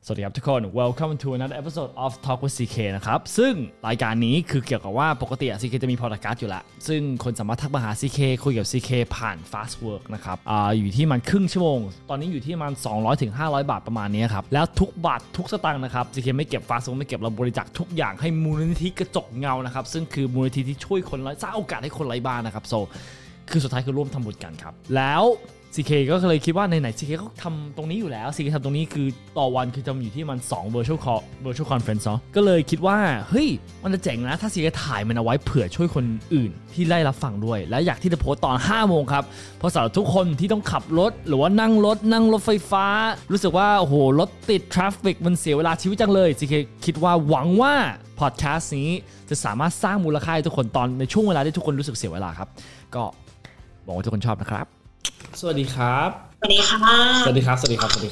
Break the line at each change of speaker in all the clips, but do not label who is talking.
สวัสดีครับทุกคน Welcome to another episode of Talk with CK นะครับซึ่งรายการนี้คือเกี่ยวกับว่าปกติ CK จะมี podcast อยู่แล้วซึ่งคนสามารถทักมาหา CK คุยกับ CK ผ่าน Fast Work นะครับอยู่ที่มันครึ่งชั่วโมงตอนนี้อยู่ที่มัน200 ถึง 500 บาทประมาณนี้ครับแล้วทุกบาททุกสตางค์นะครับ CK ไม่เก็บ Fast Work ไม่เก็บเราบริจาคทุกอย่างให้มูลนิธิกระจกเงานะครับซึ่งคือมูลนิธิที่ช่วยคนสร้างโอกาสให้คนไร้บ้านนะครับคือสุดท้ายคือร่วมทำบุญกันครับแล้วCK ก็เลยคิดว่าไหน CK ก็ทำตรงนี้อยู่แล้ว CK ทำตรงนี้คือต่อวันคือจะอยู่ที่มัน2 virtual conference เนาะก็เลยคิดว่าเฮ้ยมันจะเจ๋งนะถ้า CK ถ่ายมันเอาไว้เผื่อช่วยคนอื่นที่ได้รับฟังด้วยและอยากที่จะโพสต์ตอน 5 โมงครับเพราะสำหรับทุกคนที่ต้องขับรถหรือว่านั่งรถไฟฟ้ารู้สึกว่าโอ้โหรถติดทราฟฟิกมันเสียเวลาชีวิตจังเลย CK คิดว่าหวังว่าพอดแคสต์นี้จะสามารถสร้างมูลค่าให้ทุกคนตอนในช่วงเวลาที่ทุกคนรู้สึกเสียเวลาครับก็หวังว่าทุกคนชอบนะครับสวัสดีครับ
สวัสดีค่ะ
สวัสดีครับ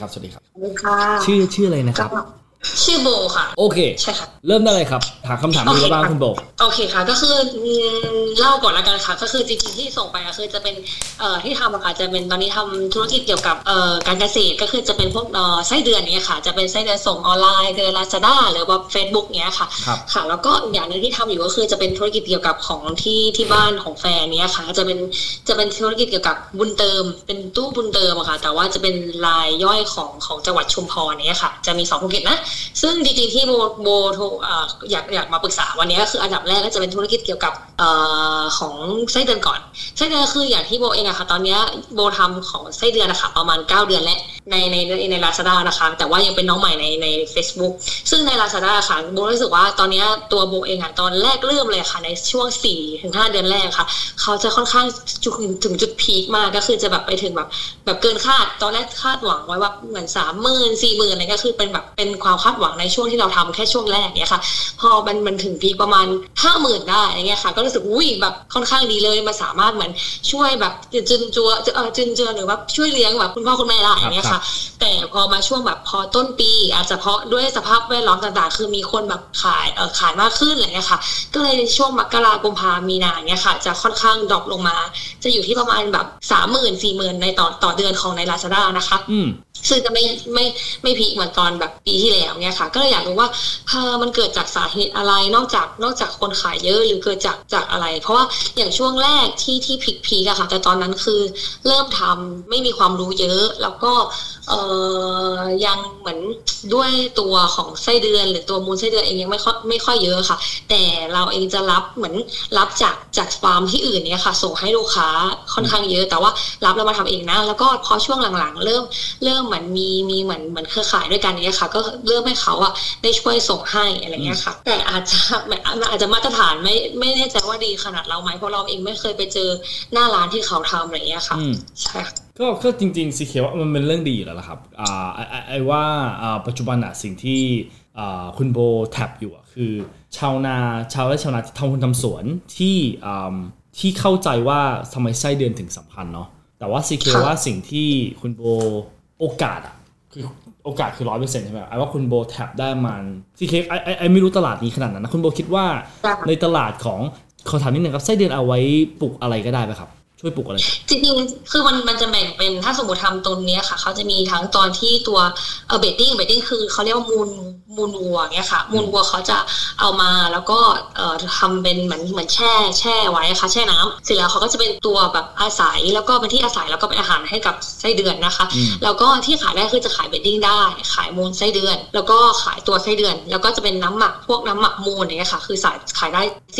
ชื่ออะไรนะครับ
ชื่อโบค่ะ
โอเคใช่ค่ะเริ่มได้เลยครับถามคำถามนี้บ้างคุณโบ
โอเคค่ะก็คือเล่าก่อนละกันค่ะก็คือจริงๆที่ส่งไปก็คือจะเป็นที่ทำอะค่ะจะเป็นตอนนี้ทำธุรกิจเกี่ยวกับการเกษตรก็คือจะเป็นพวกไส้เดือนนี้ค่ะจะเป็นไส้เดือนส่งออนไลน์คือ Lazada หรือว่า Facebook เนี้ยค่ะค่ะแล้วก็อย่างนึงที่ทำอยู่ก็คือจะเป็นธุรกิจเกี่ยวกับของที่บ้านของแฟนเนี้ยค่ะจะเป็นธุรกิจเกี่ยวกับบุญเติมเป็นตู้บุญเติมอะค่ะแต่ว่าจะเป็นรายย่อยของจังหวัดชุมพรเนี้ยค่ะจะมี2ธุรกิจนะซึ่งจริงๆที่โบอยากมาปรึกษาวันนี้ก็คืออันดับแรกก็จะเป็นธุรกิจเกี่ยวกับของไส้เดือนก่อนไส้เดือนคืออย่างที่โบเองอะค่ะตอนนี้โบทำของไส้เดือนนะคะประมาณ9 เดือนแล้วใน Lazada นะคะแต่ว่ายังเป็นน้องใหม่ใน Facebook ซึ่งใน Lazada ค่ะโบรู้สึกว่าตอนนี้ตัวโบเองอะตอนแรกเริ่มเลยค่ะในช่วง 4-5 เดือนแรกค่ะเขาจะค่อนข้างถึงจุดพีคมากก็คือจะแบบไปถึงแบบเกินคาดตอนแรกคาดหวังไว้ว่าเหมือน 30,000 40,000 อะไรก็คือเป็นความคาดหวังในช่วงที่เราทำแค่ช่วงแรกเนี่ยค่ะพอมันถึงพีคประมาณ 50,000 ได้อะไรเงี้ยค่ะก็รู้สึกอุ้ยแบบค่อนข้างดีเลยมันสามารถเหมือนช่วยแบบจุนเจือหรือว่าช่วยเลี้ยงแบบคุณพ่อคุณแม่ได้อย่างเงี้ยค่ะแต่พอมาช่วงแบบพอต้นปีอาจจะเพราะด้วยสภาพแวดล้อมต่างๆคือมีคนแบบขายมากขึ้นอะไรเงี้ยค่ะก็เลยในช่วงมกราคมกุมภาพันธ์มีนาเงี้ยค่ะจะค่อนข้างดรอปลงมาจะอยู่ที่ประมาณแบบ 30,000-40,000 ในต่อเดือนของใน Lazada นะคะซึ่งจะไม่พีคเหมือนตอนแบบปีที่แล้วเนี่ยค่ะก็เลยอยากรู้ว่ามันเกิดจากสาเหตุอะไรนอกจากคนขายเยอะหรือเกิดจากอะไรเพราะว่าอย่างช่วงแรกที่พีคอะค่ะแต่ตอนนั้นคือเริ่มทำไม่มีความรู้เยอะแล้วก็ยังเหมือนด้วยตัวของไส้เดือนหรือตัวมูลไส้เดือนเองยังไม่ค่อยเยอะค่ะแต่เราเองจะรับจากฟาร์มที่อื่นเนี่ยค่ะส่งให้ลูกค้าค่อนข้างเยอะแต่ว่ารับแล้วมาทำเองนะแล้วก็พอช่วงหลังๆเริ่มเหมือนมีเหมือนเครือข่ายด้วยกันเนี่ยค่ะก็เริ่มให้เขาอะได้ช่วยส่งให้อะไรเงี้ยค่ะแต่อาจจะมาตรฐานไม่แน่ใจว่าดีขนาดเราไหมเพราะเราเองไม่เคยไปเจอหน้าร้านที่เขาทำอะไรเงี้ยค่ะใช่
ก็จริงๆสิเคว่ามันเป็นเรื่องดีอยู่แล้วล่ะครับไอ้ว่าปัจจุบันอะสิ่งที่คุณโบแท็บอยู่อะคือชาวนาทำสวนที่เข้าใจว่าทำไมไส้เดือนถึงสำคัญเนาะแต่ว่าสิเคว่าสิ่งที่คุณโบโอกาสอะคือโอกาสคือ 100% ใช่ไหมไอ้ว่าคุณโบแท็บได้มันสิเคไอ้ไม่รู้ตลาดนี้ขนาดนั้นนะคุณโบคิดว่าในตลาดของขอถามนิดนึงครับไส้เดือนเอาไว้ปลูกอะไรก็ได้ไหมครับช่วยปลูกอะไร
จริงๆคือมันจะแบ่งเป็นถ้าสมมติทำตรงนี้ค่ะเขาจะมีทั้งตอนที่ตัวเบดดิ้งคือเขาเรียกว่ามูลวัวเงี้ยค่ะมูลวัวเขาจะเอามาแล้วก็ทำเป็นเหมือนแช่ไว้ค่ะแช่น้ำเสร็จแล้วเขาก็จะเป็นตัวแบบอาศัยแล้วก็เป็นที่อาศัยแล้วก็เป็นอาหารให้กับไส้เดือนนะคะแล้วก็ที่ขายได้คือจะขายเบดดิ้งได้ขายมูลไส้เดือนแล้วก็ขายตัวไส้เดือนแล้วก็จะเป็นน้ำหมักพวกน้ำหมักมูลอย่างเงี้ยค่ะคือขายได้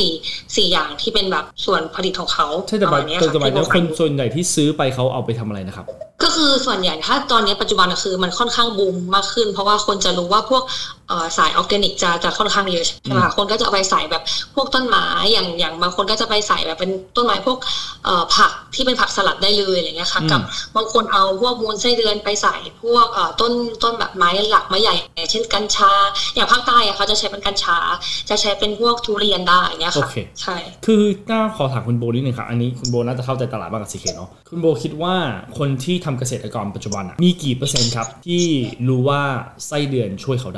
4อย่างที่เป็นแบบส่วนผลิตของเขา
ใช่แต่แล้วคนส่วนใหญ่ที่ซื้อไปเขาเอาไปทำอะไรนะครับ
ก็คือส่วนใหญ่ถ้าตอนนี้ปัจจุบันคือมันค่อนข้างบูมมากขึ้นเพราะว่าคนจะรู้ว่าพวกสายออร์แกนิกจะค่อนข้างเยอะใช่ไหมคนก็จะเอาไปใส่แบบพวกต้นไม้อย่างบางคนก็จะไปใส่แบบเป็นต้นไม้พวกผักที่เป็นผักสลัดได้เลยอะไรเงี้ยค่ะกับบางคนเอาพวกมูลไส้เดือนไปใส่พวกต้นแบบไม้หลักไม้ใหญ่เช่นกัญชาอย่างภาคใต้เขาจะใช้เป็นกัญชาจะใช้เป็นพวกทุเรียนได้อย่างเงี้ยค่ะใช่
คือน่าขอถามคุณโบนิดนึงครับอันนี้คุณโบน่าจะเข้าใจตลาดมากกว่า CK เนาะคุณโบคิดว่าคนที่ทำเกษตรกรปัจจุบันมีกี่เปอร์เซ็นต์ครับที่รู้ว่าไส้เดือนช่วยเขาได้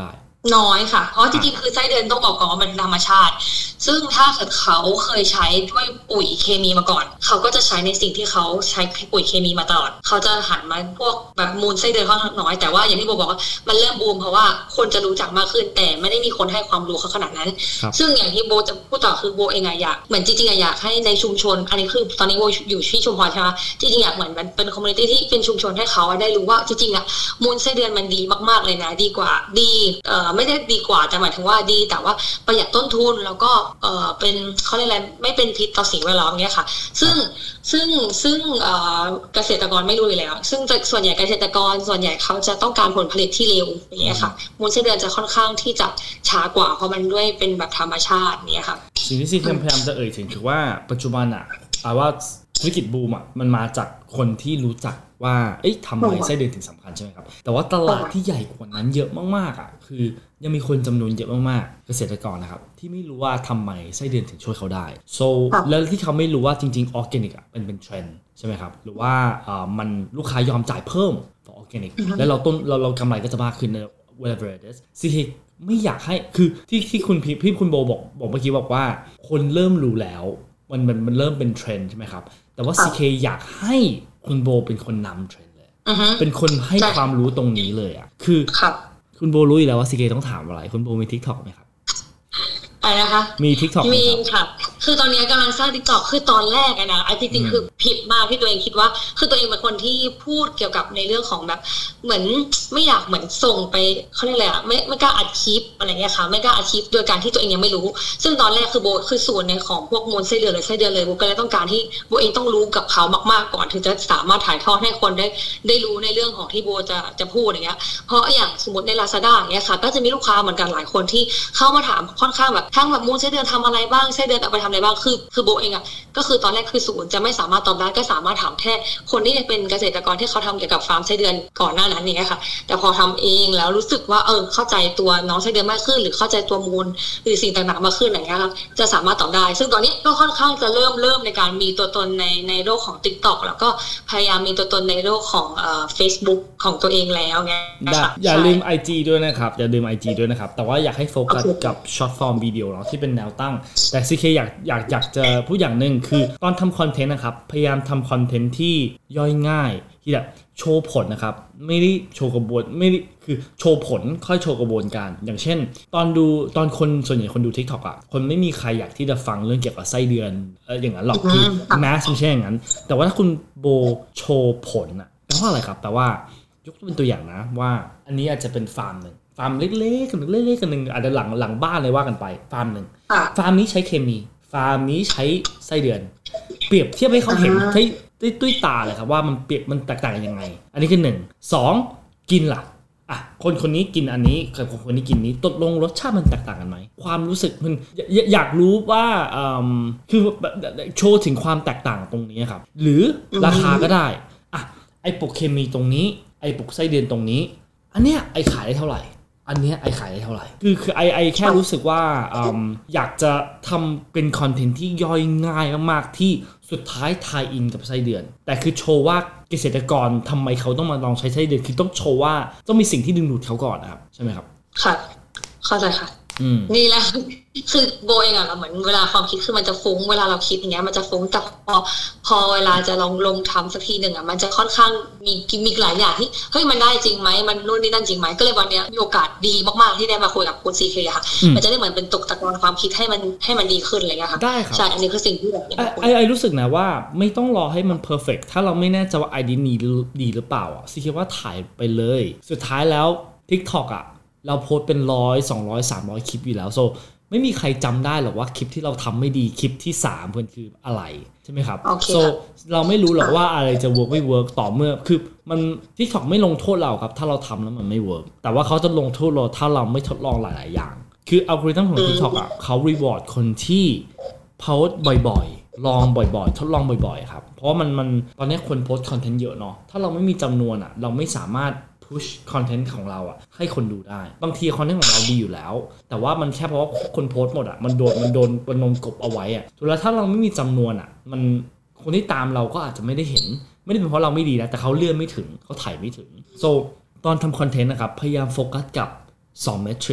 น้อยค่ะเพราะจริงๆคือไส้เดือนต้องบอกก่อนว่ามันธรรมชาติซึ่งถ้าเกิดเขาเคยใช้ด้วยปุ๋ยเคมีมาก่อนเขาก็จะใช้ในสิ่งที่เขาใช้ปุ๋ยเคมีมาตลอดเขาจะหันมาพวกแบบมูลไส้เดือนค่อนข้างน้อยแต่ว่าอย่างที่โบบอกว่ามันเริ่มบูมเพราะว่าคนจะรู้จักมากขึ้นแต่ไม่ได้มีคนให้ความรู้เขาขนาดนั้นซึ่งอย่างที่โบจะพูดต่อคือโบเองอยากเหมือนจริงๆอยากให้ในชุมชนอันนี้คือตอนนี้โบอยู่ที่ชุมพรใช่ไหมจริงๆอยากเหมือนมันเป็นคอมมูนิตี้ที่เป็นชุมชนให้เขาได้รู้ว่าจริงๆมูลไส้เดือนมันดีมากๆเลยนะดีกว่าดีไม่ได้ดีกว่าแต่หมายถึงว่าดีแต่ว่าประหยัดต้นทุนแล้วก็เป็นเขาเรียกอะไรไม่เป็นพิษต่อสิ่งแวดล้อมเงี้ยค่ะซึ่งเกษตรกรไม่รู้อยู่แล้วซึ่งส่วนใหญ่เกษตรกรส่วนใหญ่เขาจะต้องการผลผลิตที่เร็วอย่างเงี้ยค่ะมูลไส้เดือนจะค่อนข้างที่จะช้ากว่าเพราะมันด้วยเป็นแบบธรรมชาติเนี้ยค่ะ
สิ่งที่ซีเคพยายามจะถึงคือว่าปัจจุบันว่าธุรกิจบูมมันมาจากคนที่รู้จักว่าทำไมไส้เดือนถึงสำคัญใช่ไหมครับแต่ว่าตลาดที่ใหญ่กว่านั้นเยอะมากๆคือยังมีคนจำนวนเยอะมากๆเกษตรกรนะครับที่ไม่รู้ว่าทำไมไส้เดือนถึงช่วยเขาได้ แล้วที่เขาไม่รู้ว่าจริงๆออร์แกนิกเป็นเทรนด์ใช่ไหมครับหรือว่ามันลูกค้ายอมจ่ายเพิ่มต่อออร์แกนิกแล้วเรากำไรก็จะมากขึ้นใน whatever it is ซีเคไม่อยากให้คือที่คุณโบบอกเมื่อกี้บอกว่าคนเริ่มรู้แล้วมันเริ่มเป็นเทรนด์ใช่ไหมครับแต่ว่า CK อยากให้คุณโบเป็นคนนำเทรนด์เลยเป็นคนให้ความรู้ตรงนี้เลยคือคุณโบรู้อยู่แล้วว่า CK ต้องถามอะไรคุณโบมี TikTok ไหมครับ
อะไรนะคะ
มี TikTok
มีค่ะคือตอนนี้กำลังสร้าง TikTok คือตอนแรกนะจริงๆคือผิดมากที่ตัวเองคิดว่าคือตัวเองเป็นคนที่พูดเกี่ยวกับในเรื่องของแบบเหมือนไม่อยากเหมือนส่งไปเขาเรียกอะไรไม่กล้าอัดคลิปอะไรเงี้ยค่ะไม่กล้าอัดคลิปโดยการที่ตัวเองยังไม่รู้ซึ่งตอนแรกคือโบคือส่วนในของพวกมูลไส้เดือนเลยโบก็เลยต้องการที่โบเองต้องรู้กับเขามากๆก่อนถึงจะสามารถถ่ายทอดให้คนได้รู้ในเรื่องของที่โบจะพูดอย่างเงี้ยเพราะอย่างสมมติใน Lazada อย่างเงี้ยค่ะก็จะมีลูกค้าเหมือนกันหลายคนที่เข้ามาถามค่อนข้างแบบทั้งแบบมูลไส้เดือนทำอะไรบ้างไส้เดือนเอาไปทำอะไรบ้างคือโบเองก็คือตอนแรกคือศูนย์จะไม่สามารถตอบได้ก็สามารถถามแค่คนที่เป็นเกษตรกรที่เขาทำเกี่ยวกับฟาร์มไส้เดือนก่อนหน้านั้นนี่ค่ะแต่พอทำเองแล้วรู้สึกว่าเข้าใจตัวน้องไส้เดือนมากขึ้นหรือเข้าใจตัวมูลหรือสิ่งต่างๆมากขึ้นอย่างเงี้ยครับจะสามารถตอบได้ซึ่งตอนนี้ก็ค่อนข้างจะเริ่มในการมีตัวตนในโลกของ TikTok แล้วก็พยายามมีตัวตนในโลกของFacebook ของตัวเองแล้วไง
อย่าลืม IG ด้วยนะครับอย่าลืม IG ด้วยนะครับแต่ว่าอยากให้โฟกัสกับ short form video เนาะที่เป็นแนวตั้งแต่ CK อยากจะพูดอย่างนึงคือตอนทำคอนเทนต์นะครับพยายามทำคอนเทนต์ที่ย่อยง่ายที่แบบโชว์ผลนะครับไม่ได้โชว์กระบวนไม่ได้คือโชว์ผลค่อยโชว์กระบวนการอย่างเช่นตอนคนส่วนใหญ่คนดู TikTok คนไม่มีใครอยากที่จะฟังเรื่องเกี่ยวกับไส้เดือนอย่างนั้นหรอกคือแมสไม่ใช่อย่างนั้นแต่ว่าถ้าคุณโบโชว์ผลแปลว่าอะไรครับแปลว่ายกเป็นตัวอย่างนะว่าอันนี้อาจจะเป็นฟาร์มหนึ่งฟาร์มเล็กๆกันนึงอาจจะหลังบ้านเลยว่ากันไปฟาร์มนึงฟาร์มนี้ใช้เคมีฟาร์มนี้ใช้ไส้เดือนเปรียบเทียบให้เขาเห็นด้วยตาเลยครับว่ามันแตกต่างกันยังไงอันนี้คือ1 2กินล่ะคนนี้กินอันนี้กับคนนี้กินนี้ตกลงรสชาติมันแตกต่างกันไหมความรู้สึกมันอยากรู้ว่าคือโชว์ถึงความแตกต่างตรงนี้ครับหรือราคาก็ได้ไอ้ปุกเคมีตรงนี้ไอ้ปุกไส้เดือนตรงนี้อันเนี้ยไอ้ขายได้เท่าไหร่อันนี้ไอขายได้เท่าไหร่คือไอแค่รู้สึกว่าอยากจะทำเป็นคอนเทนต์ที่ย่อยง่ายมากๆที่สุดท้ายทายอินกับไส้เดือนแต่คือโชว์ว่าเกษตรกรทำไมเขาต้องมาลองใช้ไส้เดือนคือต้องโชว์ว่าต้องมีสิ่งที่ดึงดูดเขาก่อนนะครับใช่ไหมครับ
ค่ะเข้าใจค่ะนี่แหละคือโบเองเหมือนเวลาความคิดคือมันจะฟุ้งเวลาเราคิดอย่างเงี้ยมันจะฟุ้งแต่พอเวลาจะลงทำสักทีหนึ่งมันจะค่อนข้างมีกิมมิคหลายอย่างที่เฮ้ยมันได้จริงไหมมันนู่นนี่นั่นจริงไหมก็เลยวันนี้มีโอกาสดีมากๆที่ได้มาคุยกับคุณ CK ค่ะมันจะได้เหมือนเป็นตกตะกอนความคิดให้มันดีขึ้นอะไรเงี้ยค่ะ
ได้ครับ
ใช่อันนี้คือสิ่งที่แบบ
ไอรู้สึกนะว่าไม่ต้องรอให้มันเพอร์เฟคถ้าเราไม่แน่ใจว่าไอนี้ดีหรือเปล่าCK ว่าถ่ายไปเลยสุดท้ายแล้ว TikTok เราโพสเป็น100 200 300คลิปอยู่แล้วโซไม่มีใครจำได้หรอกว่าคลิปที่เราทำไม่ดีคลิปที่3เพื่อนคืออะไรใช่ไหมครับโซเราไม่รู้หรอกว่าอะไรจะ work ไม่ work ต่อเมื่อคือมัน TikTok ไม่ลงโทษเราครับถ้าเราทำแล้วมันไม่ work แต่ว่าเขาจะลงโทษเราถ้าเราไม่ทดลองหลายๆอย่างคืออัลกอริทึมของ TikTok เขา reward คนที่โพสบ่อยๆลองบ่อยๆทดลองบ่อยๆครับเพราะว่ามันตอนนี้คนโพสคอนเทนต์เยอะเนาะถ้าเราไม่มีจำนวนเราไม่สามารถpush content ของเราให้คนดูได้บางที content ของเราดีอยู่แล้วแต่ว่ามันแค่เพราะว่าคนโพสต์หมดมันโดนนมกบเอาไว้ถูกแล้วถ้าเราไม่มีจำนวนมันคนที่ตามเราก็อาจจะไม่ได้เห็นไม่ได้เป็นเพราะเราไม่ดีนะแต่เขาเลื่อนไม่ถึงเขาถ่ายไม่ถึง so ตอนทำคอนเทนต์นะครับพยายามโฟกัสกับ2 metric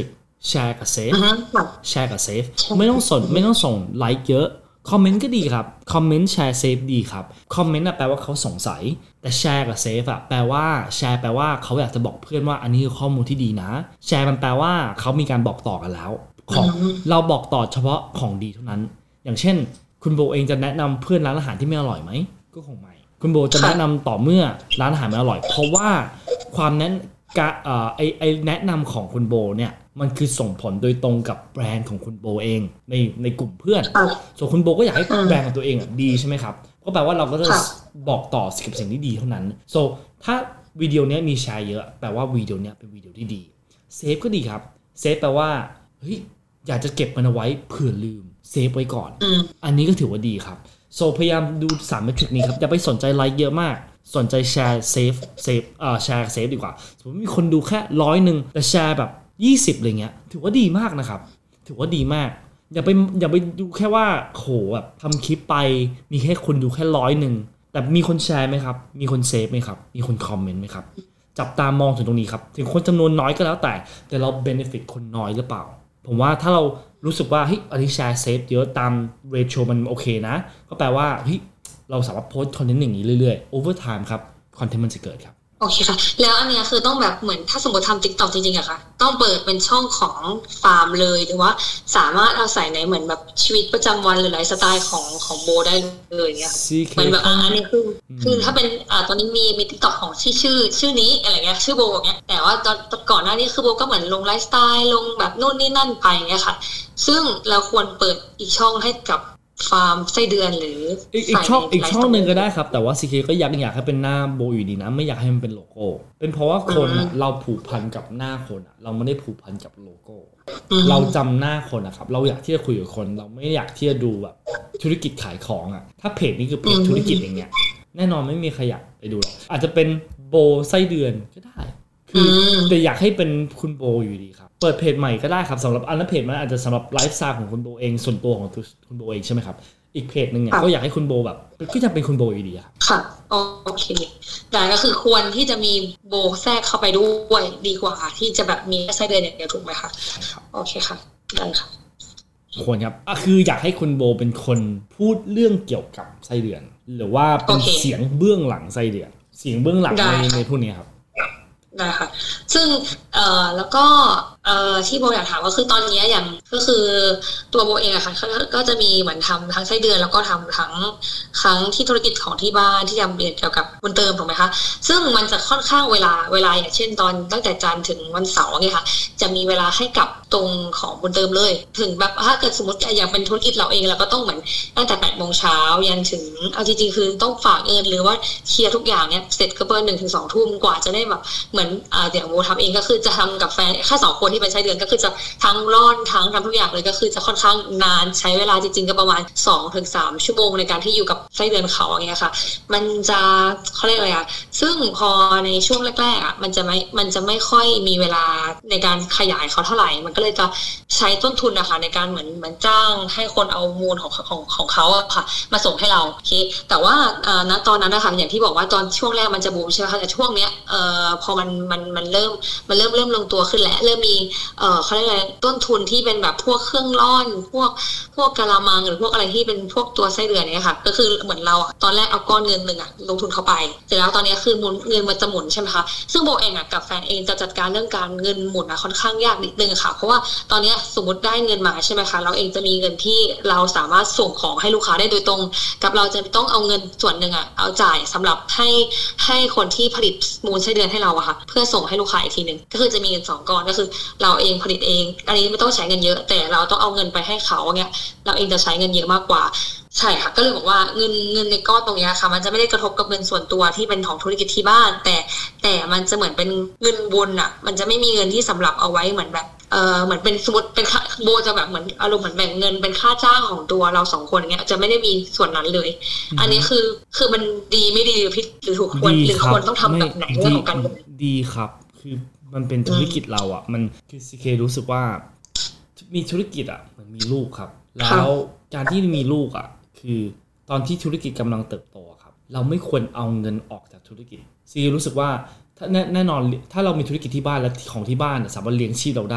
แชร์กับเซฟ
ค่ะ
แชร์กับเซฟไม่ต้องส่งไลค์เยอะคอมเมนต์ก็ดีครับคอมเมนต์แชร์เซฟดีครับคอมเมนต์แปลว่าเขาสงสัยแต่แชร์กับเซฟแปลว่าแชร์แปลว่าเขาอยากจะบอกเพื่อนว่าอันนี้คือข้อมูลที่ดีนะแชร์มันแปลว่าเขามีการบอกต่อกันแล้วของเราบอกต่อเฉพาะของดีเท่านั้นอย่างเช่นคุณโบเองจะแนะนำเพื่อนร้านอาหารที่ไม่อร่อยไหมก็คงไม่คุณโบจะแนะนำต่อเมื่อร้านอาหารไม่อร่อยเพราะว่าความแนะนำของคุณโบเนี่ยมันคือส่งผลโดยตรงกับแบรนด์ของคุณโบเองในกลุ่มเพื่อนส่วนคุณโบก็อยากให้แบรนด์ของตัวเองดีใช่ไหมครับก็แปลว่าเราก็จะบอกต่อกับสิ่งที่ดีเท่านั้นถ้าวิดีโอนี้มีแชร์เยอะแปลว่าวิดีโอนี้เป็นวิดีโอที่ดีเซฟก็ดีครับเซฟแปลว่าเฮ้ยอยากจะเก็บมันเอาไว้เผื่อลืมเซฟไว้ก่อนอันนี้ก็ถือว่าดีครับพยายามดู3เมทริกนี้ครับอย่าไปสนใจไลค์เยอะมากสนใจแชร์เซฟแชร์เซฟดีกว่าสมมติมีคนดูแค่100แต่แชร์แบบ20อะไรเงี้ยถือว่าดีมากนะครับถือว่าดีมากอย่าไปดูแค่ว่าโหแบบทำคลิปไปมีแค่คนดูแค่100แต่มีคนแชร์ไหมครับมีคนเซฟไหมครับมีคนคอมเมนต์ไหมครับจับตามองถึงตรงนี้ครับถึงคนจำนวนน้อยก็แล้วแต่เราเบเนฟิตคนน้อยหรือเปล่าผมว่าถ้าเรารู้สึกว่าเฮ้ยอันนี้แชร์เซฟเยอะตามเรโชมันโอเคนะก็แปลว่าเฮ้ยเราสามารถโพสต์คอนเทนต์อย่างนี้เรื่อยๆ over time ครับคอนเทนต์มันจะเกิดครับ
โอเคค่ะแล้วอันเนี้ยคือต้องแบบเหมือนถ้าสมมติทำ TikTok จริงๆอะค่ะต้องเปิดเป็นช่องของฟาร์มเลยหรือว่าสามารถเอาใส่ในเหมือนแบบชีวิตประจำวันหรือไลฟ์สไตล์ของโบได้เลยเงี้ยเหมือนแบบอันนี้คือถ้าเป็นตอนนี้มี TikTok ของชื่อนี้อะไรเงี้ยชื่อโบอย่างเงี้ยแต่ว่าตอนก่อนหน้านี้คือโบก็เหมือนลงไลฟ์สไตล์ลงแบบนู่นนี่นั่นไปเงี้ยค่ะซึ่งเราควรเปิดอีกช่องให้กับฟาร์มไส้เดือนหรือ
อีกช่องหนึ่งก็ได้ครับแต่ว่า CK ก็อยากให้เป็นหน้าโบอยู่ดีนะไม่อยากให้มันเป็นโลโก้เป็นเพราะว่าคนเราผูกพันกับหน้าคนเราไม่ได้ผูกพันกับโลโก้เราจำหน้าคนครับเราอยากที่จะคุยกับคนเราไม่อยากที่จะดูแบบธุรกิจขายของถ้าเพจนี้คือเพจธุรกิจอย่างเงี้ยแน่นอนไม่มีใครอยากไปดูหรอกอาจจะเป็นโบไส้เดือนก็ได้คือแต่อยากให้เป็นคุณโบอยู่ดีครับเปิดเพจใหม่ก็ได้ครับสำหรับอันนั้นเพจมันอาจจะสำหรับไลฟ์สไตล์ของคุณโบเองส่วนตัวของคุณโบเองใช่ไหมครับอีกเพจหนึ่งเนี่ยก็อยากให้คุณโบแบบก็จะเป็นคุณโบอยู่ดีครับ
ค่ะโอเคแต่ก็คือควรที่จะมีโบแทรกเข้าไปด้วยดีกว่าที่จะแบบมีไส้เดือนอย่างเดียวถูกไหมคะ
ใช่ครับ
โอเคค่ะได้ค่ะ
ควรครับคืออยากให้คุณโบเป็นคนพูดเรื่องเกี่ยวกับไส้เดือนหรือว่าเป็นเสียงเบื้องหลังไส้เดือนเสียงเบื้องหลังในพวกนี้ครับ
ได้ค่ะซึ่งแล้วก็ที่โบอยากถามก็คือตอนนี้อย่างก็คือตัวโบเองอะค่ะก็จะมีเหมือนทำทั้งไส้เดือนแล้วก็ทำทั้งที่ธุรกิจของที่บ้านที่ทำเกี่ยวกับบุญเติมถูกไหมคะซึ่งมันจะค่อนข้างเวลาอย่างเช่นตอนตั้งแต่จันทร์ถึงวันเสาร์เนี่ยค่ะจะมีเวลาให้กับตรงของบุญเติมเลยถึงแบบถ้าเกิดสมมติอย่างเป็นธุรกิจเราเองเราก็ต้องเหมือนตั้งแต่8 โมงเช้ายันถึงเอาจริงๆคือต้องฝากเงินหรือว่าเคลียร์ทุกอย่างเนี่ยเสร็จก็เปิด1 ถึง 2 ทุ่มกว่าจะได้แบบเหมือนอย่างโบทำเองก็คือจะทำกับแฟนแค่2 คนที่เป็นไส้เดือนก็คือจะทั้งร่อนทั้งทำทุกอย่างเลยก็คือจะค่อนข้างนานใช้เวลาจริงๆก็ประมาณ 2-3 ชั่วโมงในการที่อยู่กับไส้เดือนเขาอย่างเงี้ยค่ะมันจะเขาเรียกอะไรซึ่งพอในช่วงแรกๆมันจะไม่ค่อยมีเวลาในการขยายเขาเท่าไหร่มันก็เลยจะใช้ต้นทุนนะคะในการเหมือนจ้างให้คนเอามูลของเขาค่ะมาส่งให้เราโอเคแต่ว่าณตอนนั้นนะคะอย่างที่บอกว่าตอนช่วงแรกมันจะบูมใช่ไหมคะแต่ช่วงเนี้ยพอมันเริ่มลงตัวขึ้นแล้วเริ่มมีเขาเรียกอะไรต้นทุนที่เป็นแบบพวกเครื่องร่อนพวกกะละมังหรือพวกอะไรที่เป็นพวกตัวไส้เดือนเนี่ยค่ะก็คือเหมือนเราตอนแรกเอาก้อนเงินนึงลงทุนเข้าไปเสร็จแล้วตอนนี้คือเงินมันจะหมุนใช่ไหมคะซึ่งโบเองกับแฟนเองจะจัดการเรื่องการเงินหมุนค่อนข้างยากนิดนึงค่ะเพราะว่าตอนนี้สมมติได้เงินมาใช่ไหมคะเราเองจะมีเงินที่เราสามารถส่งของให้ลูกค้าได้โดยตรงกับเราจะต้องเอาเงินส่วนหนึ่งเอาจ่ายสำหรับให้คนที่ผลิตมูลไส้เดือนให้เราค่ะเพื่อส่งให้ลูกค้าอีกทีนึงก็คือจะมีเงิน2 ก้อนก็คือเราเองผลิตเองอันนี้ไม่ต้องใช้เงินเยอะแต่เราต้องเอาเงินไปให้เขาเนี่ยเราเองจะใช้เงินเยอะมากกว่าใช่ค่ะก็เลยบอกว่าเงินในก้อนตรงนี้ค่ะมันจะไม่ได้กระทบกับเงินส่วนตัวที่เป็นของธุรกิจที่บ้านแต่มันจะเหมือนเป็นเงินบุญมันจะไม่มีเงินที่สำหรับเอาไว้เหมือนแบบเหมือนเป็นสมมติเป็นโบจะแบบเหมือนอารมณ์เหมือนแบ่งเงินเป็นค่าจ้างของตัวเรา2 คนเงี้ยจะไม่ได้มีส่วนนั้นเลยอันนี้คือมันดีไม่ดีหรือถูกควรหรือควรต้องทำแบบไหนเรื่องของการ
ดีครับคือมันเป็นธุรกิจเรามันคือ CK รู้สึกว่ามีธุรกิจมันมีลูกครับแล้วการที่มีลูกคือตอนที่ธุรกิจกำลังเติบโตครับเราไม่ควรเอาเงินออกจากธุรกิจ CK รู้สึกว่าถ้าแน่นอนถ้าเรามีธุรกิจที่บ้านและของที่บ้านสามารถเลี้ยงชีพเราได้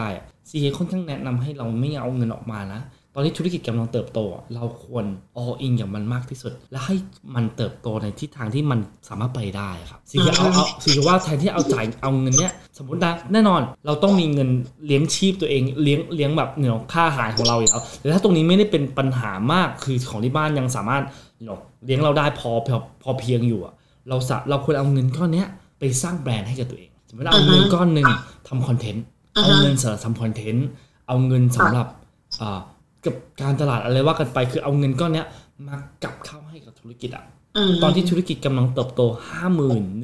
CK ค่อนข้างแนะนำให้เราไม่เอาเงินออกมานะตอนที่ธุรกิจกำลังเติบโตเราควร all in อย่างมันมากที่สุดและให้มันเติบโตในทิศทางที่มันสามารถไปได้ครับCKว่าแทนที่เอาเงินเนี้ยสมมตินะแน่นอนเราต้องมีเงินเลี้ยงชีพตัวเองเลี้ยงแบบค่าอาหารของเราอยู่แล้วแต่ถ้าตรงนี้ไม่ได้เป็นปัญหามากคือของที่บ้านยังสามารถเลี้ยงเราได้พอเพียงอยู่เราควรเอาเงินก้อนเนี้ยไปสร้างแบรนด์ให้กับตัวเองสมมติเอาเงินก้อนนึงทำคอนเทนต์เอาเงินสำหรับทำคอนเทนต์เอาเงินสำหรับกับการตลาดอะไรว่ากันไปคือเอาเงินก้อนเนี้ยมากลับเข้าให้กับธุรกิจตอนที่ธุรกิจกำลังเติบโต 50,000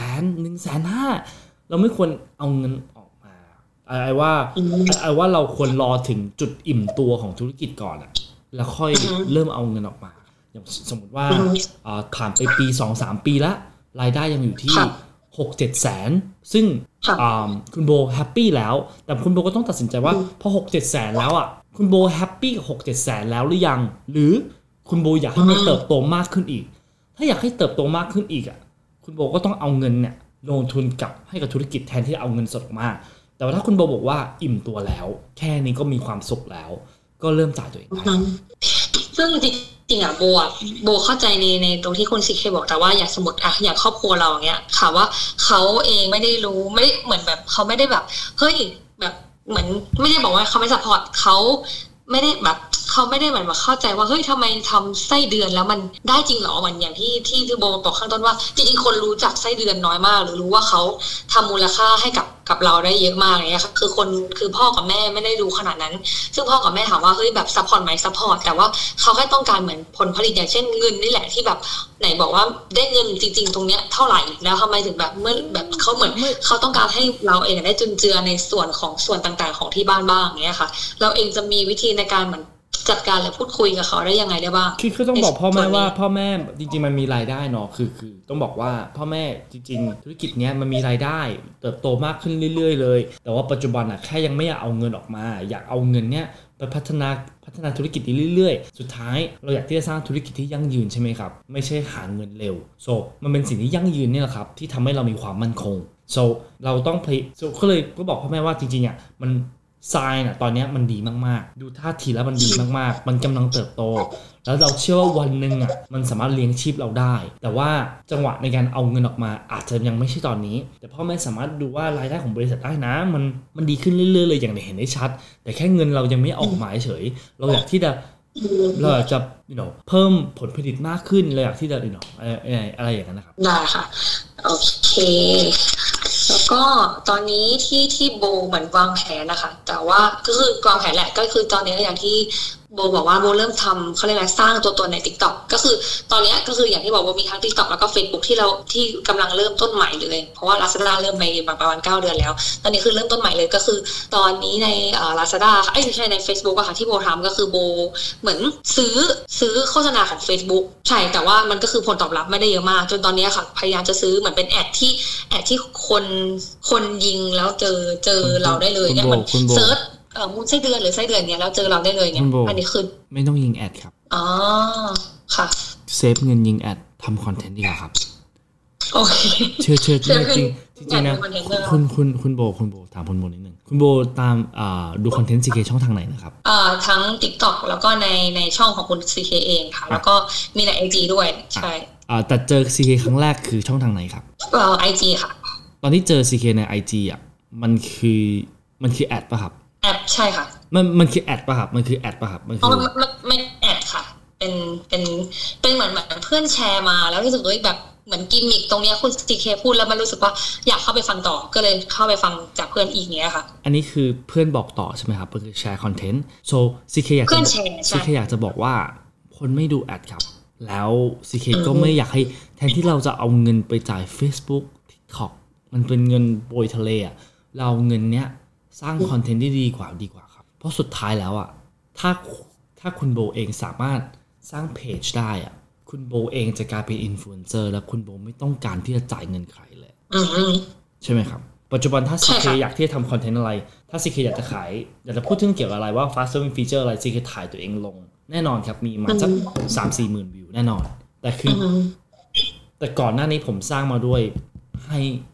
100,000 เราไม่ควรเอาเงินออกมาไอ้ว่าเราควรรอถึงจุดอิ่มตัวของธุรกิจก่อนแล้วค่อยเริ่มเอาเงินออกมาอย่างสมมติว่าผ่านไปปี 2-3 ปีแล้วรายได้ยังอยู่ที่ 6-7 แสนซึ่งคุณโบแฮปปี้แล้วแต่คุณโบก็ต้องตัดสินใจว่าพอ 6-7 แสนแล้วคุณโบแฮปปี้กับ 6-7 แสนแล้วหรือยังหรือคุณโบอยากให้มันเติบโตมากขึ้นอีกถ้าอยากให้เติบโตมากขึ้นอีกคุณโบก็ต้องเอาเงินเนี่ยลงทุนกับให้กับธุรกิจแทนที่จะเอาเงินสดออกมาแต่ว่าถ้าคุณโบบอกว่าอิ่มตัวแล้วแค่นี้ก็มีความสุขแล้วก็เริ่มจ่ายตัวเองได้
ซึ่งจริงๆโบเข้าใจในตรงที่คุณCKบอกแต่ว่าอย่างสมมติอย่างครอบครัวเราอย่างเงี้ยค่ะว่าเขาเองไม่ได้รู้ไม่เหมือนแบบเขาไม่ได้แบบเฮ้ยแบบเหมือนไม่ได้บอกว่าเขาไม่ซัพพอร์ตเขาไม่ได้แบบเขาไม่ได้เหมือนว่าเข้าใจว่าเฮ้ยทำไมทำไส้เดือนแล้วมันได้จริงเหรอเหมือนอย่างที่โบบอกข้างต้นว่าจริงๆคนรู้จักไส้เดือนน้อยมากหรือรู้ว่าเขาทำมูลค่าให้กับเราได้เยอะมากอย่างเงี้ยค่ะคือพ่อกับแม่ไม่ได้รู้ขนาดนั้นซึ่งพ่อกับแม่ถามว่าเฮ้ยแบบซัพพอร์ตไหมซัพพอร์ตแต่ว่าเขาแค่ต้องการเหมือนผลผลิตอย่างเช่นเงินนี่แหละที่แบบไหนบอกว่าได้เงินจริงๆตรงเนี้ยเท่าไหร่แล้วทำไมถึงแบบเมื่อแบบเขาเหมือนเขาต้องการให้เราเองได้จุนเจือในส่วนต่างๆของที่บ้านบ้างอย่างเงี้ยค่ะเราเองจะมีวิธีในการเหมือนจัดการและพูดคุยกับเขาได้ยังไงได้บ้าง
คือต้องบอกพ่อแม่ว่าพ่อแม่จริงๆมันมีรายได้เนาะคือต้องบอกว่าพ่อแม่จริงๆธุรกิจเนี้ยมันมีรายได้เติบโตมากขึ้นเรื่อยๆเลยแต่ว่าปัจจุบันแค่ยังไม่อยากเอาเงินออกมาอยากเอาเงินเนี้ยไปพัฒนาธุรกิจนี้เรื่อยๆสุดท้ายเราอยากที่จะสร้างธุรกิจที่ยั่งยืนใช่ไหมครับไม่ใช่หาเงินเร็วมันเป็นสิ่งที่ยั่งยืนนี่แหละครับที่ทำให้เรามีความมั่นคงเราต้องก็บอกพ่อแม่ว่าจริงๆมันทรายตอนนี้มันดีมากๆดูท่าทีแล้วมันดีมากๆมันกำลังเติบโตแล้วเราเชื่อว่าวันนึงมันสามารถเลี้ยงชีพเราได้แต่ว่าจังหวะในการเอาเงินออกมาอาจจะยังไม่ใช่ตอนนี้แต่พ่อแม่สามารถดูว่ารายได้ของบริษัทได้นะมันดีขึ้นเรื่อยๆเลยอย่างเห็นได้ชัดแต่แค่เงินเรายังไม่ออกมาเฉยเราอยากที่จะเพิ่มผลผลิตมากขึ้นเราอยากที่จะอะไรอย่างนั้นนะครับ
ได้ค่ะโอเคแล้วก็ตอนนี้ที่โบเหมือนวางแผนนะคะแต่ว่าก็คือวางแผนแหละก็คือตอนนี้อย่างที่โบบอกว่าโบเริ่มทำเขาเรียกอะไรสร้างตัวตนใน TikTok ก็คือตอนนี้ก็คืออย่างที่บอกว่ามีทั้ง TikTok แล้วก็ Facebook ที่กำลังเริ่มต้นใหม่เลยเพราะว่า Lazada เริ่มไปประมาณ9 เดือนแล้วตอนนี้คือเริ่มต้นใหม่เลยก็คือตอนนี้ในLazada ไม่ใช่ใน Facebook อะค่ะที่โบทำก็คือโบเหมือนซื้อโฆษณาของ Facebook ใช่แต่ว่ามันก็คือผลตอบรับไม่ได้เยอะมากจนตอนนี้ค่ะพยายามจะซื้อเหมือนเป็นแอดที่คนยิงแล้วเจอเราได้เลยเนี่ยมันเซิร์ชมูลไส้เดือนหรือไส้เดือนเนี่ยแล้วเจอเราได้เลยเนี่ยอันนี้คือ
ไม่ต้องยิงแอดครับ
อ๋อค่ะ
เซฟเงินยิงแอดทำคอนเทนต์ดีกว่าครับ
โอเค
เชื่อจริงนะคุณโบถามคุณโบนิดนึงคุณโบตามดูคอนเทนต์ CK ช่องทางไหนนะครับ
ทั้ง TikTok แล้วก็ในช่องของคุณ CK เองค่ะแล้วก็มีใน IG ด้วยใช่
แต่เจอ CK ครั้งแรกคือช่องทางไหนครับ
IG ค่ะ
ตอนที่เจอ CK ใน IG มันคือแอดป่ะครับ
แอดใช่ค่ะ
มันคือแอดป่ะครับมันคือแอดป่ะครับ
มันคือไม่แอดค่ะเป็นเหมือนเพื่อนแชร์มาแล้วรู้สึกว่าแบบเหมือนกิมมิคตรงนี้คุณ CK พูดแล้วมันรู้สึกว่าอยากเข้าไปฟังต่อก็เลยเข้าไปฟังจากเพื่อนอีกเงี้ยค่ะ
อันนี้คือเพื่อนบอกต่อใช่ไหมครับก็คือแชร์คอนเทนต์CK อยากจะบอกว่าคนไม่ดูแอดครับแล้ว CK ก็ไม่อยากให้แทนที่เราจะเอาเงินไปจ่าย Facebook TikTok มันเป็นเงินโปรยทะเลเราเงินเนี้ยสร้างคอนเทนต์ที่ดีกว่าครับเพราะสุดท้ายแล้วถ้าคุณโบเองสามารถสร้างเพจได้คุณโบเองจะกลายเป็นอินฟลูเอนเซอร์แล้วคุณโบไม่ต้องการที่จะจ่ายเงินใครเลยใช่ไหมครับปัจจุบันถ้า CK อยากที่จะทำคอนเทนต์อะไรถ้า CK อยากจะพูดถึงเกี่ยวกับอะไรว่า fast selling feature อะไร CK ถ่ายตัวเองลงแน่นอนครับมีมาสัก 3-4 หมื่นวิวแน่นอนแต่ก่อนหน้านี้ผมสร้างมาด้วยให้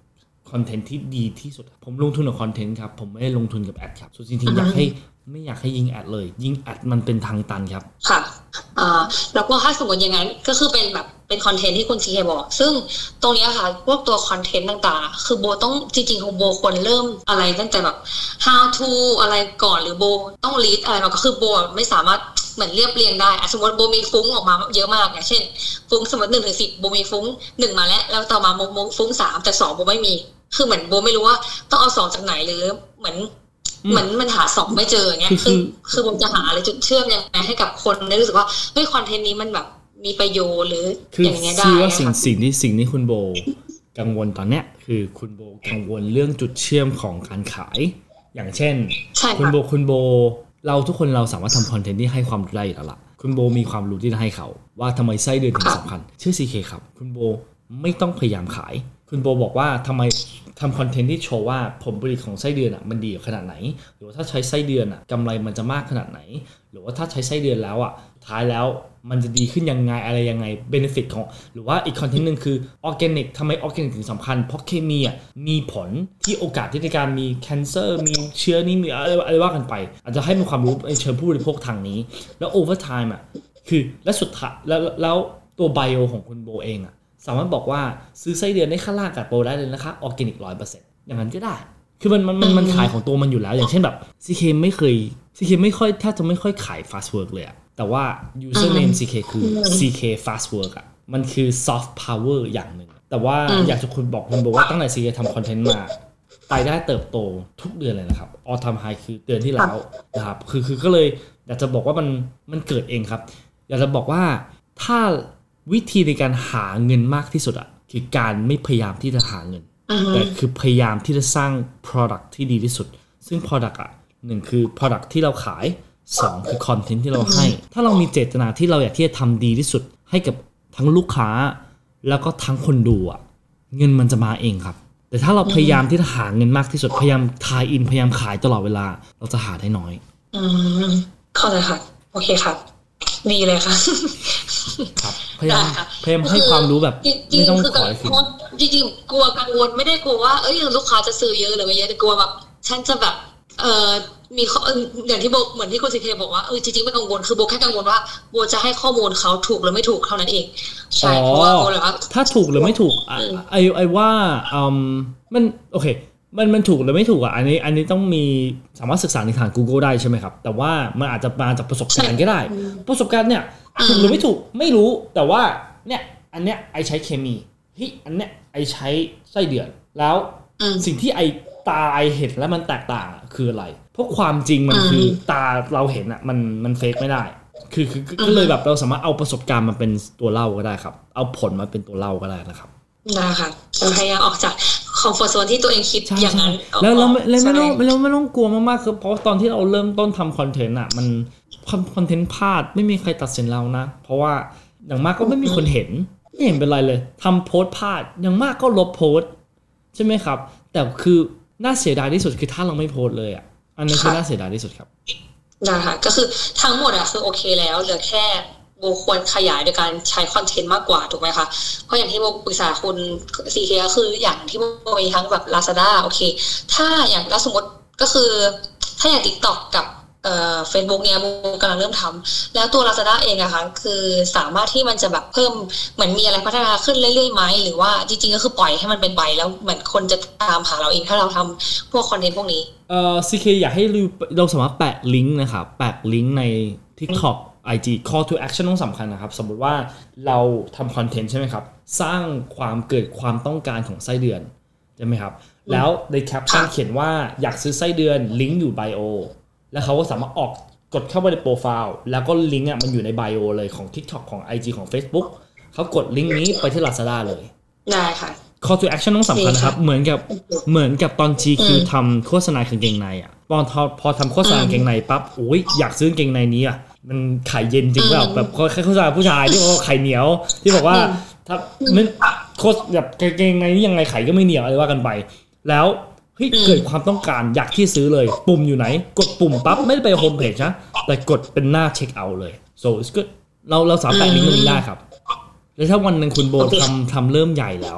คอนเทนต์ที่ดีที่สุดผมลงทุนกับคอนเทนต์ครับผมไม่ได้ลงทุนกับแอดครับส่วนจริงๆไม่อยากให้ยิงแอดเลยยิงแอดมันเป็นทางตันครับ
ค่ะแล้วก็ถ้าสมมติอย่างนั้นก็คือเป็นแบบเป็นคอนเทนต์ที่คุณซีเคบอกซึ่งตรงนี้ค่ะพวกตัวคอนเทนต์ต่างๆคือโบต้องจริงๆของโบควรเริ่มอะไรตั้งแต่แบบ how to อะไรก่อนหรือโบต้อง lead อะไรมาก็คือโบไม่สามารถเหมือนเรียบเรียงได้สมมติโบมีฟุ้งออกมาเยอะมากอย่างเช่นฟุ้งสมมติ1 ถึง 10โบมีฟุ้ง1มาแล้วต่อมาโบฟุ้ง3แต่2โบไม่มีคือเหมือนโบไม่รู้ว่าต้องเอา2จากไหนหรือเหมือนมันหา2ไม่เจออย่างเงี้ยคือผมจะหาอะไรจุดเชื่อมยังไงให้กับคนได้รู้สึกว่าเฮ้ยคอนเทนต์นี้มันแบบมีประโยชน์หรืออย่างเงี้ยได้
คือว่าสิ่งที่คุณโบกังวลตอนเนี้ยคือคุณโบกังวลเรื่องจุดเชื่อมของการขายอย่างเช่นคุณโบเราทุกคนเราสามารถทำคอนเทนต์ที่ให้ความรู้ได้แล้วล่ะคุณโบมีความรู้ที่จะให้เขาว่าทำไมไส้เดือนถึงสำคัญชื่อ CK ครับคุณโบไม่ต้องพยายามขายคุณโบบอกว่าทำไมทำคอนเทนต์ที่โชว์ว่าผลผลิตของไส้เดือนมันดีขนาดไหนหรือว่าถ้าใช้ไส้เดือนกำไรมันจะมากขนาดไหนหรือว่าถ้าใช้ไส้เดือนแล้วท้ายแล้วมันจะดีขึ้นยังไงอะไรยังไงเบเนฟิตของหรือว่าอีกคอนเทนต์นึงคือออร์แกนิกทำไมออร์แกนิกถึงสำคัญเพราะเคมีมีผลที่โอกาสที่ในการมีแคนเซอร์มีเชื้อนี้มีอะไรว่ากันไปอาจจะให้มีความรู้ในเชิงผู้บริโภคทางนี้แล้วโอเวอร์ไทม์คือและสุดท้ายแล้วตัวไบโอของคุณโบเองสามารถบอกว่าซื้อไส้เดือนได้ข้างล่างกับโปรได้เลยนะคะออร์แกนิก 100% อย่างนั้นก็ได้คือมันขายของตัวมันอยู่แล้วอย่างเช่นแบบ CK ไม่ค่อยถ้าจะไม่ค่อยขาย fast work เลยแต่ว่า username CK คือ CK fast work มันคือ soft power อย่างหนึ่งแต่ว่าอยากจะคุณบอกว่าตั้งแต่ CK ทำคอนเทนต์มารายได้เติบโตทุกเดือนเลยนะครับ all time high คือเดือนที่แล้วนะครับคือก็เลยอยากจะบอกว่ามันเกิดเองครับอยากจะบอกว่าถ้าวิธีในการหาเงินมากที่สุดคือการไม่พยายามที่จะหาเงินแต่คือพยายามที่จะสร้าง product ที่ดีที่สุดซึ่ง product 1คือ product ที่เราขาย2คือ content ที่เราให้ถ้าเรามีเจตนาที่เราอยากที่จะทำดีที่สุดให้กับทั้งลูกค้าแล้วก็ทั้งคนดูเงินมันจะมาเองครับแต่ถ้าเราพยายามที่จะหาเงินมากที่สุดพยายามทายอินพยายามขายตลอดเวลาเราจะหาได้น้อย
เข้าใจค่ะโอเคครับดีเลยค่ะ
ครับพยายามให้ความรู้แบบไม่ต้องขออะไร
จริงๆกลัวกังวลไม่ได้กลัวว่าลูกค้าจะซื้อเยอะหรือไม่เยอะแต่กลัวแบบฉันจะแบบมีอย่างที่โบเหมือนที่คุณซีเคบอกว่าจริงๆไม่กังวลคือโบแค่กังวลว่าโบจะให้ข้อมูลเขาถูกหรือไม่ถูกเท่านั้นเองใช่เพราะว่าโบเลยว่า
ถ้าถูกหรือไม่ถูกไอว่ามันโอเคมันถูกหรือไม่ถูกอันนี้ต้องมีสามารถศึกษาในทาง Google ได้ใช่ไหมครับแต่ว่ามันอาจจะมาจากประสบการณ์ก็ได้ประสบการณ์เนี่ยถูกหรือไม่ถูกไม่รู้แต่ว่าเนี่ยอันเนี้ยไอใช้เคมีอันเนี้ยไอใช้ไส้เดือนแล้วสิ่งที่ไอตาไอเห็นแล้วมันแตกต่างคืออะไรเพราะความจริงมันคือตาเราเห็นมันเฟกไม่ได้คือก็เลยแบบเราสามารถเอาประสบการณ์มาเป็นตัวเล่าก็ได้ครับเอาผลมาเป็นตัวเล่าก็ได้นะครับ
นะคะพยายามออกจากคอมฟอร์ตโซนที่ตัวเองคิดอย่างนั้น
แล้วไม่ต้องกลัวมากๆคือเพราะตอนที่เราเริ่มต้นทำคอนเทนต์มันคอนเทนต์พลาดไม่มีใครตัดสินเรานะเพราะว่าอย่างมากก็ไม่มีคนเห็นไม่เห็นเป็นไรเลยทำโพสต์พลาดอย่างมากก็ลบโพสต์ใช่ไหมครับแต่คือน่าเสียดายที่สุดคือถ้าเราไม่โพสต์เลยอันนั้นคือน่าเสียดายที่สุดครับ
นะคะก็คือทั้งหมดคือโอเคแล้วเหลือแค่โบควรขยายโดยการใช้คอนเทนต์มากกว่าถูกไหมคะเพราะอย่างที่โบปรึกษาคุณ CK ก็คืออย่างที่โบมีทั้งแบบ Lazada โอเคถ้าอย่างสมมติก็คือถ้าอย่าง TikTok กับFacebook เนี่ยโบกำลังเริ่มทำแล้วตัว Lazada เองค่ะคือสามารถที่มันจะแบบเพิ่มเหมือนมีอะไรพัฒนาขึ้นเรื่อยๆไหมหรือว่าจริงๆก็คือปล่อยให้มันเป็นใบแล้วเหมือนคนจะตามหาเราเองถ้าเราทำพวกคอนเทนต์พวกนี้
CK อยากให้เราสามารถแปะลิงก์นะครับแปะลิงก์ใน TikTok IG call to action ต้องสำคัญนะครับสมมุติว่าเราทำคอนเทนต์ใช่ไหมครับสร้างเกิดความต้องการของไส้เดือนใช่ไหมครับแล้วในแคปชั่นเขียนว่าอยากซื้อไส้เดือนลิงก์อยู่ไบโอแล้วเขาก็สามารถกดเข้าไปในโปรไฟล์แล้วก็ลิงก์มันอยู่ในไบโอเลยของ TikTok ของ IG ของ Facebook เขากดลิงก์นี้ไปที่ Lazada เลย
ได้ค่ะ
call to action ต้องสำคัญนะครับเหมือนกับตอน GQ ทำโฆษณากางเกงในพอทำโฆษณากางเกงในปั๊บโอ้ยอยากซื้อกางเกงในนี้มันไข่เย็นจริงเปล่าแบบโฆษณาผู้ชายที่บอกว่าไข่เหนียวที่บอกว่าถ้ามันโฆษแบบกางเกงในนี้ยังไงไข่ก็ไม่เหนียวอะไรว่ากันไปแล้วเกิดความต้องการอยากที่ซื้อเลยปุ่มอยู่ไหนกดปุ่มปั๊บไม่ได้ไปโฮมเพจนะแต่กดเป็นหน้าเช็คเอาท์เลย so it's good เราสามารถแปะลิงก์ตรงนี้ได้ครับแล้วถ้าวันนึงคุณโบทำเริ่มใหญ่แล้ว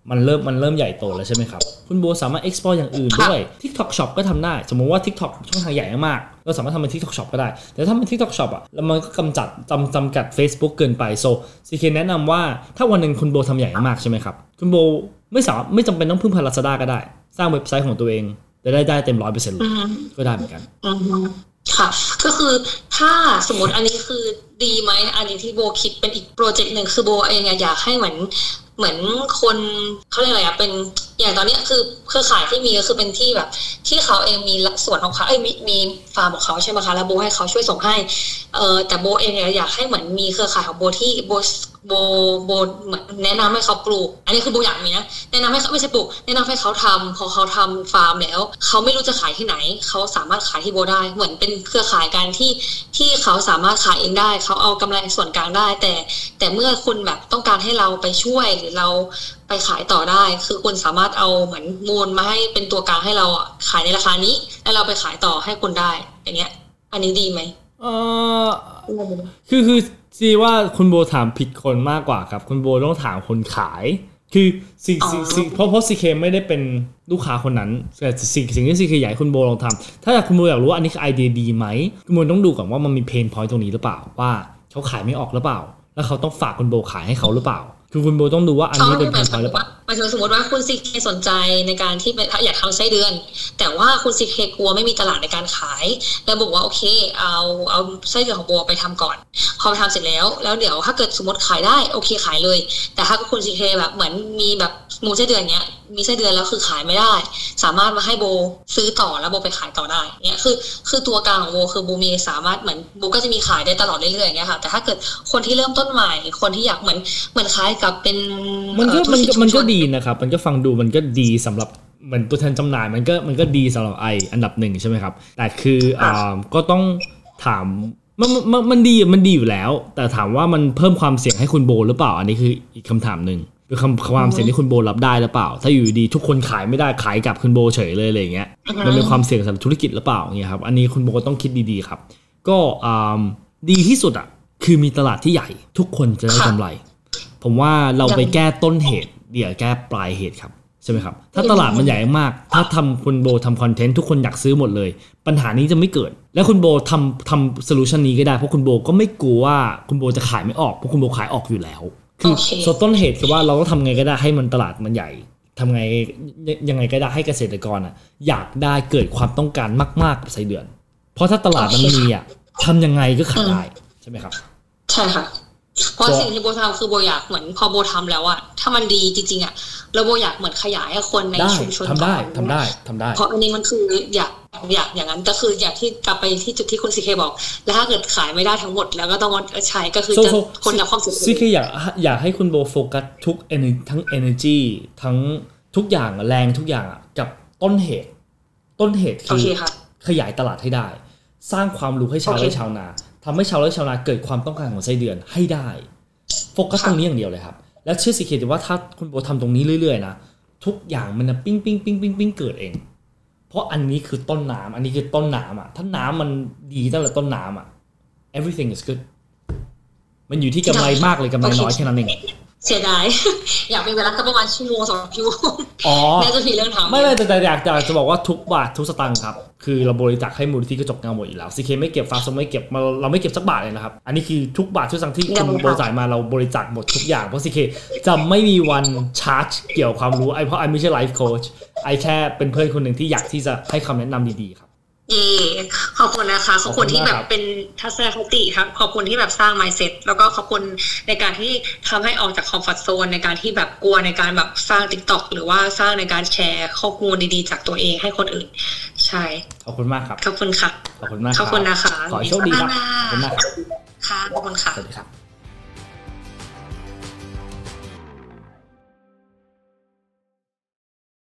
มันเริ่มใหญ่โตแล้วใช่ไหมครับคุณโบสามารถ export อย่างอื่นด้วย TikTok Shop ก็ทำได้สมมติว่า TikTok ช่องทางใหญ่มากเราสามารถทำเป็น TikTok Shop ก็ได้แต่ถ้าเป็น TikTok Shop แล้วมันก็จำกัด Facebook เกินไป so CK แนะนำว่าถ้าวันนึงคุณโบทำใหญ่มากใช่ไหมครับคุณโบไม่จำเป็นต้องพึ่งพา Lazada ก็ได้สร้างเว็บไซต์ของตัวเองได้เต็ม 100% เลยก็ได้เหมือนกัน
ค่ะก็คือถ้าสมมติอันนี้คือดีไหมอันนี้ที่โบคิดเป็นอีกโปรเจกต์หนึ่งคือโบเองอยากให้เหมือนคนเขาเรียกอะไรเป็นอย่างตอนนี้คือเครือข่ายที่มีก็คือเป็นที่แบบที่เขาเองมีส่วนของเขามีฟาร์มของเขาใช่ไหมคะแล้วโบให้เขาช่วยส่งให้แต่โบเองอยากให้เหมือนมีเครือข่ายของโบที่โบเหมือนแนะนำให้เขาปลูกอันนี้คือโบอยากมีนะแนะนำให้เขาไม่ใช่ปลูกแนะนำให้เขาทำพอเขาทำฟาร์มแล้วเขาไม่รู้จะขายที่ไหนเขาสามารถขายที่โบได้เหมือนเป็นเครือข่ายกันที่เขาสามารถขายเองได้เขาเอากำไรส่วนกลางได้แต่เมื่อคุณแบบต้องการให้เราไปช่วยหรือเราไปขายต่อได้คือคุณสามารถเอาเหมือนมูลมาให้เป็นตัวกลางให้เราขายในราคานี้แล้วเราไปขายต่อให้คุณได้อย่างเงี้ยอันนี้ดีไหม
คือซีว่าคุณโบถามผิดคนมากกว่าครับคุณโบต้องถามคนขายคือเพราะซีเคไม่ได้เป็นลูกค้าคนนั้นแต่สิ่งที่ซีเคอยากให้คุณโบลองทำถ้าคุณโบอยากรู้ว่าอันนี้คือไอเดียดีไหมคุณโบต้องดูก่อนว่ามันมีเพนพอยต์ตรงนี้หรือเปล่าว่าเขาขายไม่ออกหรือเปล่าแล้วเขาต้องฝากคุณโบขายให้เขาหรือเปล่าคือคุณโบต้องดูว่าอันนี้เป็นเพนพอยต์หรือเปล่า
หมายถึงสมมติว่าคุณซีเคสนใจในการที่อยากทำไส้เดือนแต่ว่าคุณซีเคกลัวไม่มีตลาดในการขายแล้วบอกว่าโอเคเอาไส้เดือนของโบไปทำก่อนพอไปทำเสร็จแล้วเดี๋ยวถ้าเกิดสมมติขายได้โอเคขายเลยแต่ถ้าคุณซีเคแบบเหมือนมีแบบมูไส้เดือนเนี้ยมีไส้เดือนแล้วคือขายไม่ได้สามารถมาให้โบซื้อต่อแล้วโบไปขายต่อได้เนี้ยคือตัวกลางของโบคือโบมีสามารถเหมือนโบก็จะมีขายได้ตลอดเรื่อยๆอย่างเงี้ยค่ะแต่ถ้าเกิดคนที่เริ่มต้นใหม่คนที่อยากเหมือนขายกับเป็น
มันก็ดีนะครับมันก็ฟังดูมันก็ดีสำหรับเหมือนตัวแทนจำหน่ายมันก็ดีสำหรับอันดับหนึ่งใช่ไหมครับแต่คือก็ต้องถามมันดีอยู่แล้วแต่ถามว่ามันเพิ่มความเสี่ยงให้คุณโบหรือเปล่าอันนี้คืออีกคำถามหนึ่งคือความเสี่ยงที่คุณโบรับได้หรือเปล่าถ้าอยู่ดีทุกคนขายไม่ได้ขายกับคุณโบเฉยเลยอะไรอย่างเงี้ยมันเป็นความเสี่ยงสำหรับธุรกิจหรือเปล่าเงี้ยครับอันนี้คุณโบต้องคิดดีๆครับก็ดีที่สุดคือมีตลาดที่ใหญ่ทุกคนจะได้กำไรผมว่าเราไปแก้ต้นเหตุเดี๋ยวแก้ปลายเหตุครับใช่ไหมครับถ้าตลาดมันใหญ่มากถ้าคุณโบทำคอนเทนต์ทุกคนอยากซื้อหมดเลยปัญหานี้จะไม่เกิดแล้วคุณโบทำโซลูชันนี้ก็ได้เพราะคุณโบก็ไม่กลัวว่าคุณโบจะขายไม่ออกเพราะคุณโบขายออกอยู่แล้วคือต้นเหตุคือว่าเราต้องทำไงก็ได้ให้มันตลาดมันใหญ่ทำไงยังไงก็ได้ให้เกษตรกรอยากได้เกิดความต้องการมากๆกับไส้เดือนเพราะถ้าตลาดมันมีทำยังไงก็ขายได้ใช่ไหมครับ
ใช่ค่ะเพราะสิ่งที่โบทำคือโบอยากเหมือนพอโบทำแล้วถ้ามันดีจริงๆแล้วโบอยากเหมือนขยายให้คนในชุมชน
ทำได้
เพราะอันนี้มันคืออยากอย่างนั้นก็คืออยากที่กลับไปที่จุดที่คุณซีเคบอกแล้วถ้าเกิดขายไม่ได้ทั้งหมดแล้วก็ต้องใช้ก็คือจะคนรับความเสี่ยง
ซีเคอยากให้คุณโบโฟกัสทุกทั้ง energy ทั้งทุกอย่างแรงทุกอย่างกับต้นเหตุคือขยายตลาดให้ได้สร้างความรู้ให้ชาวไร่ชาวนาทำให้ชาวไร่ชาวนาเกิดความต้องการของไส้เดือนให้ได้โฟกัสตรงนี้อย่างเดียวเลยครับแล้วเชื่อสิเคว่าถ้าคุณโบทำตรงนี้เรื่อยๆนะทุกอย่างมันจะปิ้งเกิดเองเพราะอันนี้คือต้นน้ำอันนี้คือต้นน้ำถ้าน้ำมันดีตั้งแต่ต้นน้ำeverything is good มันอยู่ที่กำไรมากเลยกำไรน้อยแค่นั้นเอง
เสียดายอยากเป็นเวลาประมาณชั่วโมง2 ชั่วโมงน่าจะมีเรื่องทำ
ไม่แต่อยากจะบอกว่าทุกบาททุกสตางค์ครับคือเราบริจาคให้มูลนิธิกระจกเงาหมดอยู่แล้ว CK ไม่เก็บฟาสไม่เก็บเราไม่เก็บสักบาทเลยนะครับอันนี้คือทุกบาททุกสตางค์ที่คุณบริจาคมาเราบริจาคหมดทุกอย่างเพราะ CK จะไม่มีวันชาร์จเกี่ยวความรู้เพราะไม่ใช่ไลฟ์โค้ชแค่เป็นเพื่อนคนหนึ่งที่อยากที่จะให้คำแนะนำดีๆครับ
ขอบคุณนะคะขอบคุณที่แบบเป็นทัศนคติครับขอบคุณที่แบบสร้าง mindset แล้วก็ขอบคุณในการที่ทำให้ออกจากคอมฟอร์ตโซนในการที่แบบกลัวในการแบบสร้าง TikTok หรือว่าสร้างในการแชร์ข้อมูลดีๆจากตัวเองให้คนอื่นใช่
ขอบคุณมากครับ
ขอบคุณค่ะ
ขอบคุณมาก
ขอบคุณนะคะ
ขอโชคดีครับขอบคุณมาก
ค่ะขอบคุณค่ะ
สวัสดีครับ